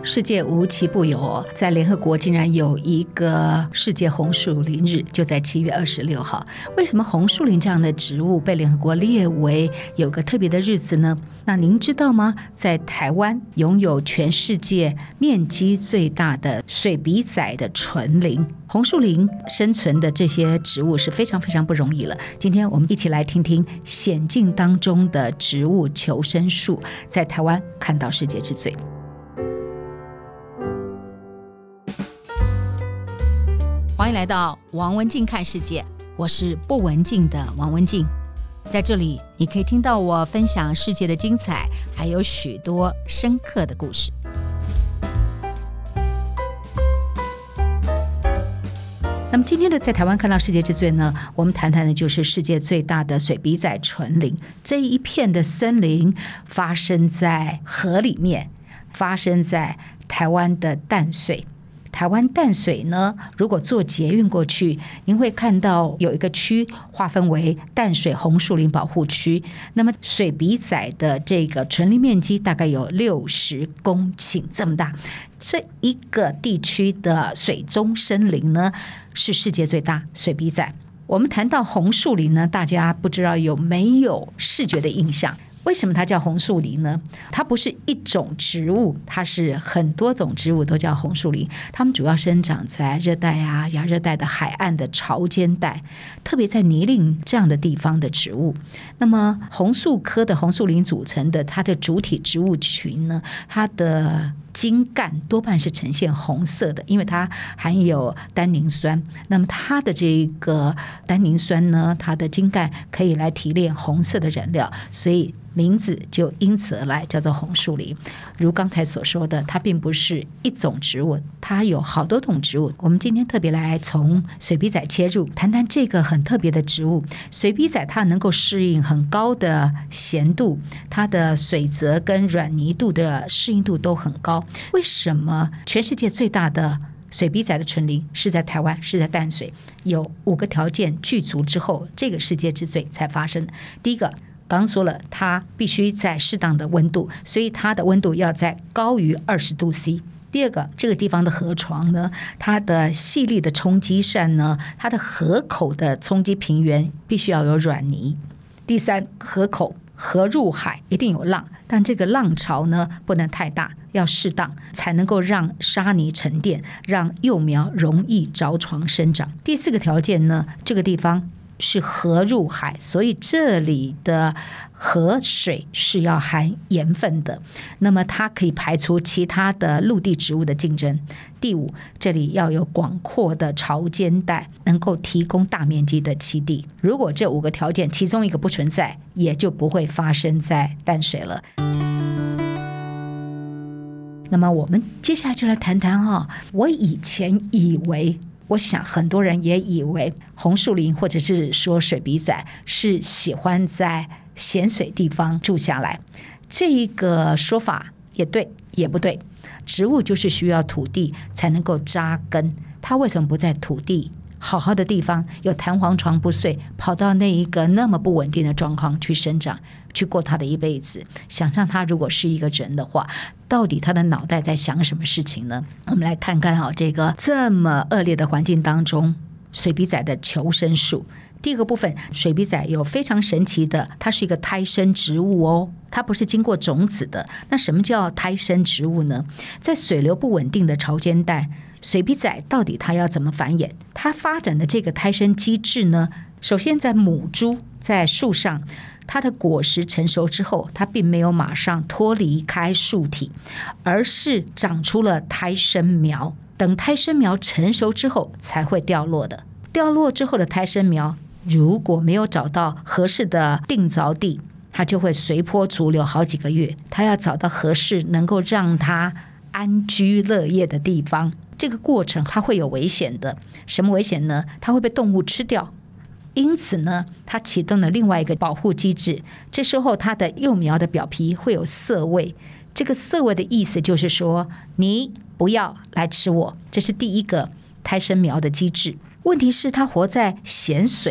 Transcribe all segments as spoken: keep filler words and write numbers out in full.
世界无奇不有哦，在联合国竟然有一个世界红树林日，就在七月二十六号。为什么红树林这样的植物被联合国列为有个特别的日子呢？那您知道吗？在台湾拥有全世界面积最大的水笔仔的纯林，红树林生存的这些植物是非常非常不容易了。今天我们一起来听听险境当中的植物求生术，在台湾看到世界之最。欢迎来到王文静看世界，我是不文静的王文静。在这里你可以听到我分享世界的精彩，还有许多深刻的故事。那么今天的在台湾看到世界之最呢，我们谈谈的就是世界最大的水笔仔纯林。这一片的森林发生在河里面，发生在台湾的淡水。台湾淡水呢，如果坐捷运过去，您会看到有一个区划分为淡水红树林保护区。那么水笔仔的这个纯林面积大概有六十公顷这么大。这一个地区的水中森林呢，是世界最大水笔仔。我们谈到红树林呢，大家不知道有没有视觉的印象？为什么它叫红树林呢？它不是一种植物，它是很多种植物都叫红树林。它们主要生长在热带啊、亚热带的海岸的潮间带，特别在泥泞这样的地方的植物。那么红树科的红树林组成的它的主体植物群呢，它的茎干多半是呈现红色的，因为它含有单宁酸。那么它的这个单宁酸呢，它的茎干可以来提炼红色的染料，所以名字就因此而来，叫做红树林。如刚才所说的，它并不是一种植物，它有好多种植物。我们今天特别来从水笔仔切入，谈谈这个很特别的植物。水笔仔它能够适应很高的咸度，它的水泽跟软泥度的适应度都很高。为什么全世界最大的水笔仔的纯林是在台湾，是在淡水？有五个条件具足之后，这个世界之最才发生。第一个，刚说了，它必须在适当的温度，所以它的温度要在高于二十度 C。第二个，这个地方的河床呢，它的细粒的冲积扇呢，它的河口的冲积平原必须要有软泥。第三，河口河入海一定有浪，但这个浪潮呢不能太大，要适当，才能够让沙泥沉淀，让幼苗容易着床生长。第四个条件呢，这个地方是河入海，所以这里的河水是要含盐分的，那么它可以排除其他的陆地植物的竞争。第五，这里要有广阔的潮间带，能够提供大面积的栖地。如果这五个条件其中一个不存在，也就不会发生在淡水了。那么我们接下来就来谈谈哈、哦，我以前以为，我想很多人也以为红树林或者是说水笔仔是喜欢在咸水地方住下来，这一个说法也对也不对。植物就是需要土地才能够扎根，它为什么不在土地好好的地方，有弹簧床不碎，跑到那一个那么不稳定的状况去生长，去过他的一辈子？想象他如果是一个人的话，到底他的脑袋在想什么事情呢？我们来看看、哦、这个这么恶劣的环境当中，水笔仔的求生术。第一个部分，水笔仔有非常神奇的，它是一个胎生植物哦，它不是经过种子的。那什么叫胎生植物呢？在水流不稳定的潮间带，水笔仔到底它要怎么繁衍？它发展的这个胎生机制呢，首先在母株在树上，它的果实成熟之后，它并没有马上脱离开树体，而是长出了胎生苗，等胎生苗成熟之后才会掉落的。掉落之后的胎生苗如果没有找到合适的定着地，它就会随波逐流好几个月，它要找到合适能够让它安居乐业的地方。这个过程它会有危险的。什么危险呢？它会被动物吃掉，因此呢，它启动了另外一个保护机制。这时候它的幼苗的表皮会有涩味，这个涩味的意思就是说，你不要来吃我，这是第一个胎生苗的机制。问题是它活在咸水，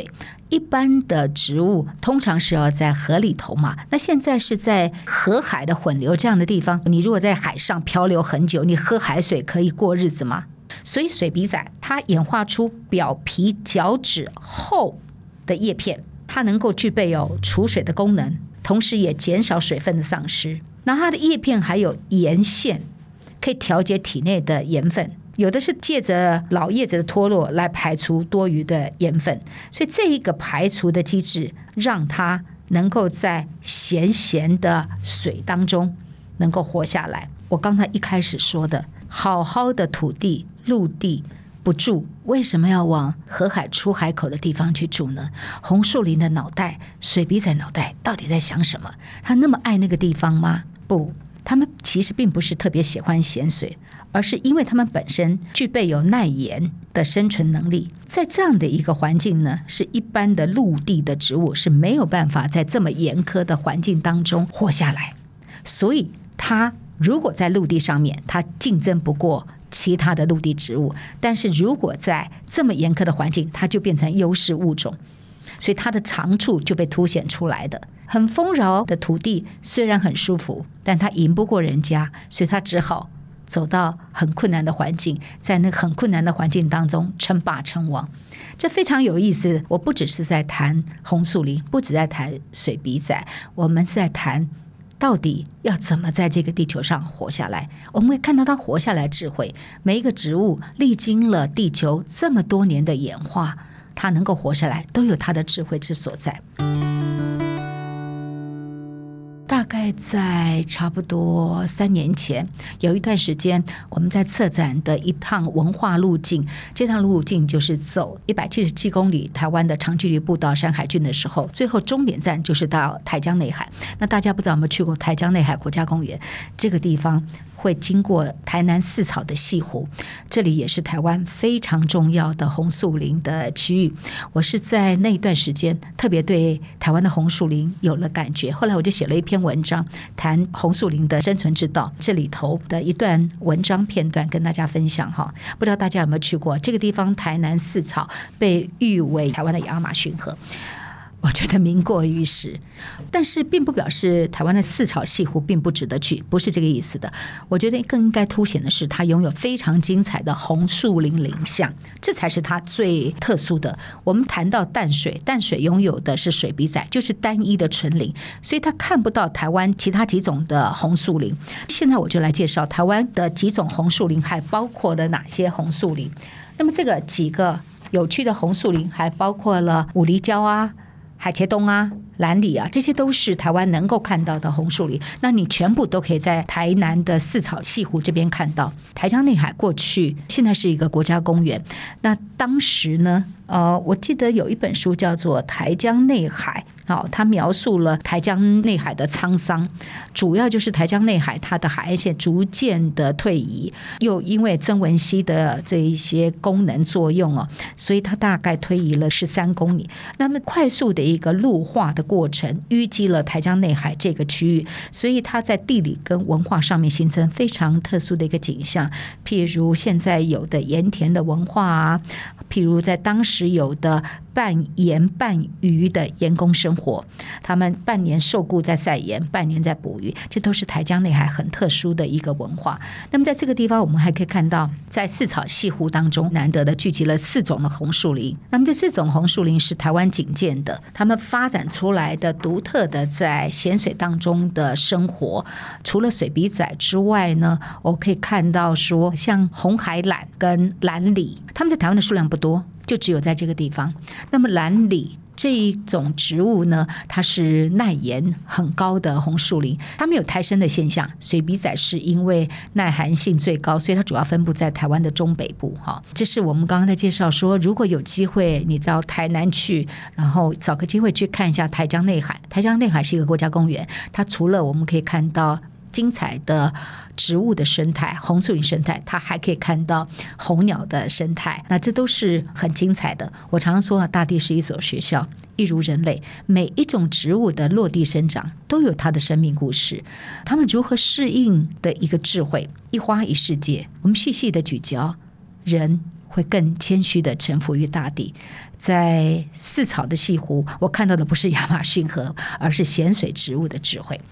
一般的植物通常是要在河里头嘛，那现在是在河海的混流这样的地方，你如果在海上漂流很久，你喝海水可以过日子吗？所以水笔仔它演化出表皮角质厚的叶片，它能够具备有储水的功能，同时也减少水分的丧失。那它的叶片还有盐腺，可以调节体内的盐分，有的是借着老叶子的脱落来排除多余的盐分，所以这一个排除的机制让它能够在咸咸的水当中能够活下来。我刚才一开始说的，好好的土地陆地不住，为什么要往河海出海口的地方去住呢？红树林的脑袋，水笔仔脑袋到底在想什么？他那么爱那个地方吗？不，他们其实并不是特别喜欢咸水，而是因为他们本身具备有耐盐的生存能力。在这样的一个环境呢，是一般的陆地的植物是没有办法在这么严苛的环境当中活下来，所以它如果在陆地上面，它竞争不过其他的陆地植物，但是如果在这么严苛的环境，它就变成优势物种，所以它的长处就被凸显出来的。很丰饶的土地虽然很舒服，但它赢不过人家，所以它只好走到很困难的环境，在那个很困难的环境当中称霸称王。这非常有意思。我不只是在谈红树林，不只在谈水笔仔，我们是在谈到底要怎么在这个地球上活下来。我们会看到它活下来智慧，每一个植物历经了地球这么多年的演化，它能够活下来都有它的智慧之所在。大概在差不多三年前，有一段时间我们在策展的一趟文化路径，这趟路径就是走一百七十七公里台湾的长距离步道山海郡的时候，最后终点站就是到台江内海。那大家不知道有没有去过台江内海国家公园？这个地方会经过台南四草的西湖，这里也是台湾非常重要的红树林的区域。我是在那一段时间特别对台湾的红树林有了感觉，后来我就写了一篇文章谈红树林的生存之道，这里头的一段文章片段跟大家分享哈。不知道大家有没有去过这个地方？台南四草被誉为台湾的亚马逊河，我觉得名过于实，但是并不表示台湾的四草西湖并不值得去，不是这个意思的。我觉得更应该凸显的是它拥有非常精彩的红树林林相，这才是它最特殊的。我们谈到淡水，淡水拥有的是水笔仔，就是单一的纯林，所以它看不到台湾其他几种的红树林。现在我就来介绍台湾的几种红树林还包括了哪些红树林。那么这个几个有趣的红树林还包括了五厘蕉啊、海茄冬啊、蓝李啊，这些都是台湾能够看到的红树林。那你全部都可以在台南的四草西湖这边看到。台江内海过去现在是一个国家公园，那当时呢，呃，我记得有一本书叫做《台江内海》，哦，它描述了台江内海的沧桑，主要就是台江内海它的海岸线逐渐的退移，又因为曾文溪的这一些功能作用哦，所以它大概推移了十三公里。那么快速的一个陆化的过程淤积了台江内海这个区域，所以它在地理跟文化上面形成非常特殊的一个景象，譬如现在有的盐田的文化啊，譬如在当时有的半盐半渔的盐工生活，他们半年受雇在晒盐，半年在捕鱼，这都是台江内海很特殊的一个文化。那么在这个地方我们还可以看到，在四草西湖当中难得的聚集了四种的红树林。那么这四种红树林是台湾仅见的，他们发展出来的独特的在咸水当中的生活。除了水笔仔之外呢，我可以看到说像红海榄跟蓝李，他们在台湾的数量不多，就只有在这个地方。那么蓝李这一种植物呢，它是耐盐很高的红树林，它没有胎生的现象。水笔仔是因为耐寒性最高，所以它主要分布在台湾的中北部。这是我们刚刚在介绍说，如果有机会你到台南去，然后找个机会去看一下台江内海。台江内海是一个国家公园，它除了我们可以看到精彩的植物的生态，红树林生态，它还可以看到候鸟的生态，那这都是很精彩的。我常常说大地是一所学校，一如人类，每一种植物的落地生长都有它的生命故事，它们如何适应的一个智慧，一花一世界。我们细细的聚焦人会更谦虚的臣服于大地。在四草的西湖，我看到的不是亚马逊河，而是咸水植物的智慧。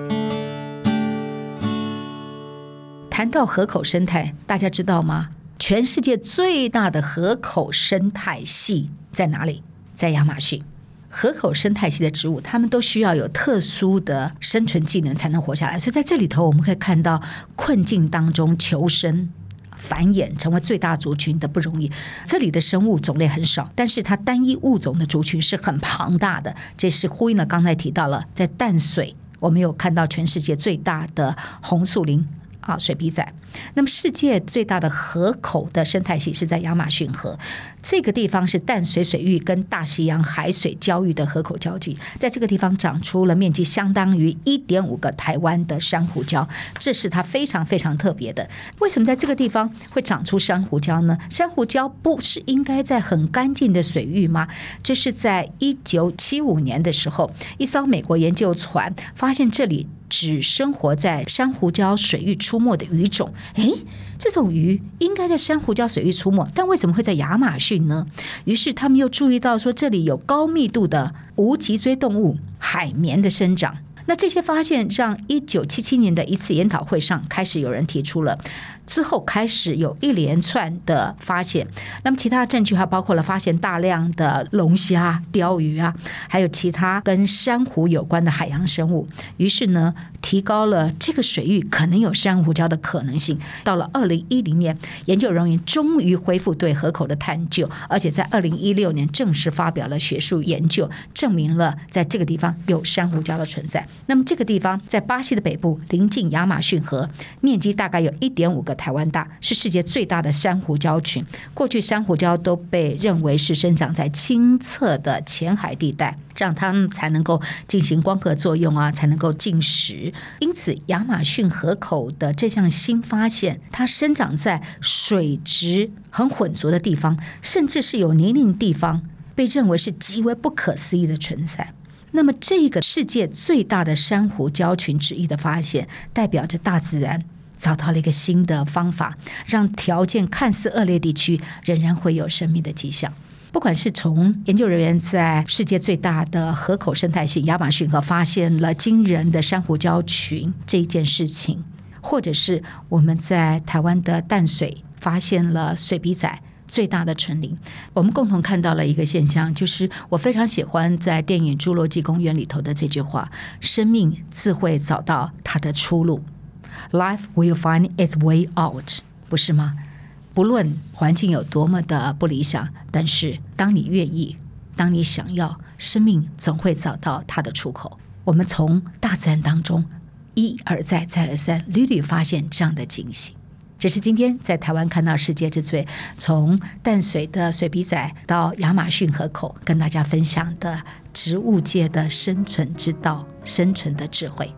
谈到河口生态，大家知道吗？全世界最大的河口生态系在哪里？在亚马逊。河口生态系的植物，它们都需要有特殊的生存技能才能活下来，所以在这里头我们可以看到困境当中求生繁衍成为最大族群的不容易。这里的生物种类很少，但是它单一物种的族群是很庞大的。这是呼应了刚才提到了，在淡水我们有看到全世界最大的红树林啊，水笔仔。那么世界最大的河口的生态系是在亚马逊河，这个地方是淡水水域跟大西洋海水交遇的河口交界，在这个地方长出了面积相当于 一点五 个台湾的珊瑚礁，这是它非常非常特别的。为什么在这个地方会长出珊瑚礁呢？珊瑚礁不是应该在很干净的水域吗？这是在一九七五年的时候，一艘美国研究船发现这里只生活在珊瑚礁水域出没的鱼种。诶，这种鱼应该在珊瑚礁水域出没，但为什么会在亚马逊呢？于是他们又注意到说，这里有高密度的无脊椎动物海绵的生长。那这些发现让一九七七年的一次研讨会上开始有人提出了，之后开始有一连串的发现。那么其他的证据还包括了发现大量的龙虾、鲷鱼啊，还有其他跟珊瑚有关的海洋生物。于是呢，提高了这个水域可能有珊瑚礁的可能性。到了二零一零年，研究人员终于恢复对河口的探究，而且在二零一六年正式发表了学术研究，证明了在这个地方有珊瑚礁的存在。那么这个地方在巴西的北部，临近亚马逊河，面积大概有 一点五 个台湾大，是世界最大的珊瑚礁群。过去珊瑚礁都被认为是生长在清澈的浅海地带，这样它们才能够进行光合作用啊，才能够进食。因此亚马逊河口的这项新发现，它生长在水质很浑浊的地方，甚至是有泥泞地方，被认为是极为不可思议的存在。那么这个世界最大的珊瑚礁群之一的发现，代表着大自然找到了一个新的方法，让条件看似恶劣地区仍然会有生命的迹象。不管是从研究人员在世界最大的河口生态系亚马逊河发现了惊人的珊瑚礁群这一件事情，或者是我们在台湾的淡水发现了水笔仔最大的纯林，我们共同看到了一个现象，就是我非常喜欢在电影《侏罗纪公园》里头的这句话：生命自会找到它的出路。 Life will find its way out， 不是吗？不论环境有多么的不理想，但是当你愿意，当你想要，生命总会找到它的出口。我们从大自然当中一而再再而三屡屡发现这样的惊喜。这是今天在台湾看到世界之最，从淡水的水笔仔到亚马逊河口，跟大家分享的植物界的生存之道，生存的智慧。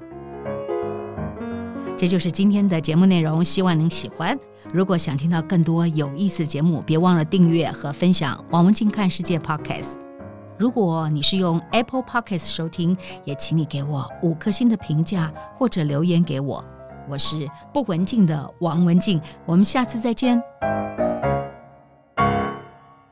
这就是今天的节目内容，希望您喜欢。如果想听到更多有意思的节目，别忘了订阅和分享王文静看世界 Podcast。 如果你是用 Apple Podcast 收听，也请你给我五颗星的评价或者留言给我。我是不文静的王文静，我们下次再见。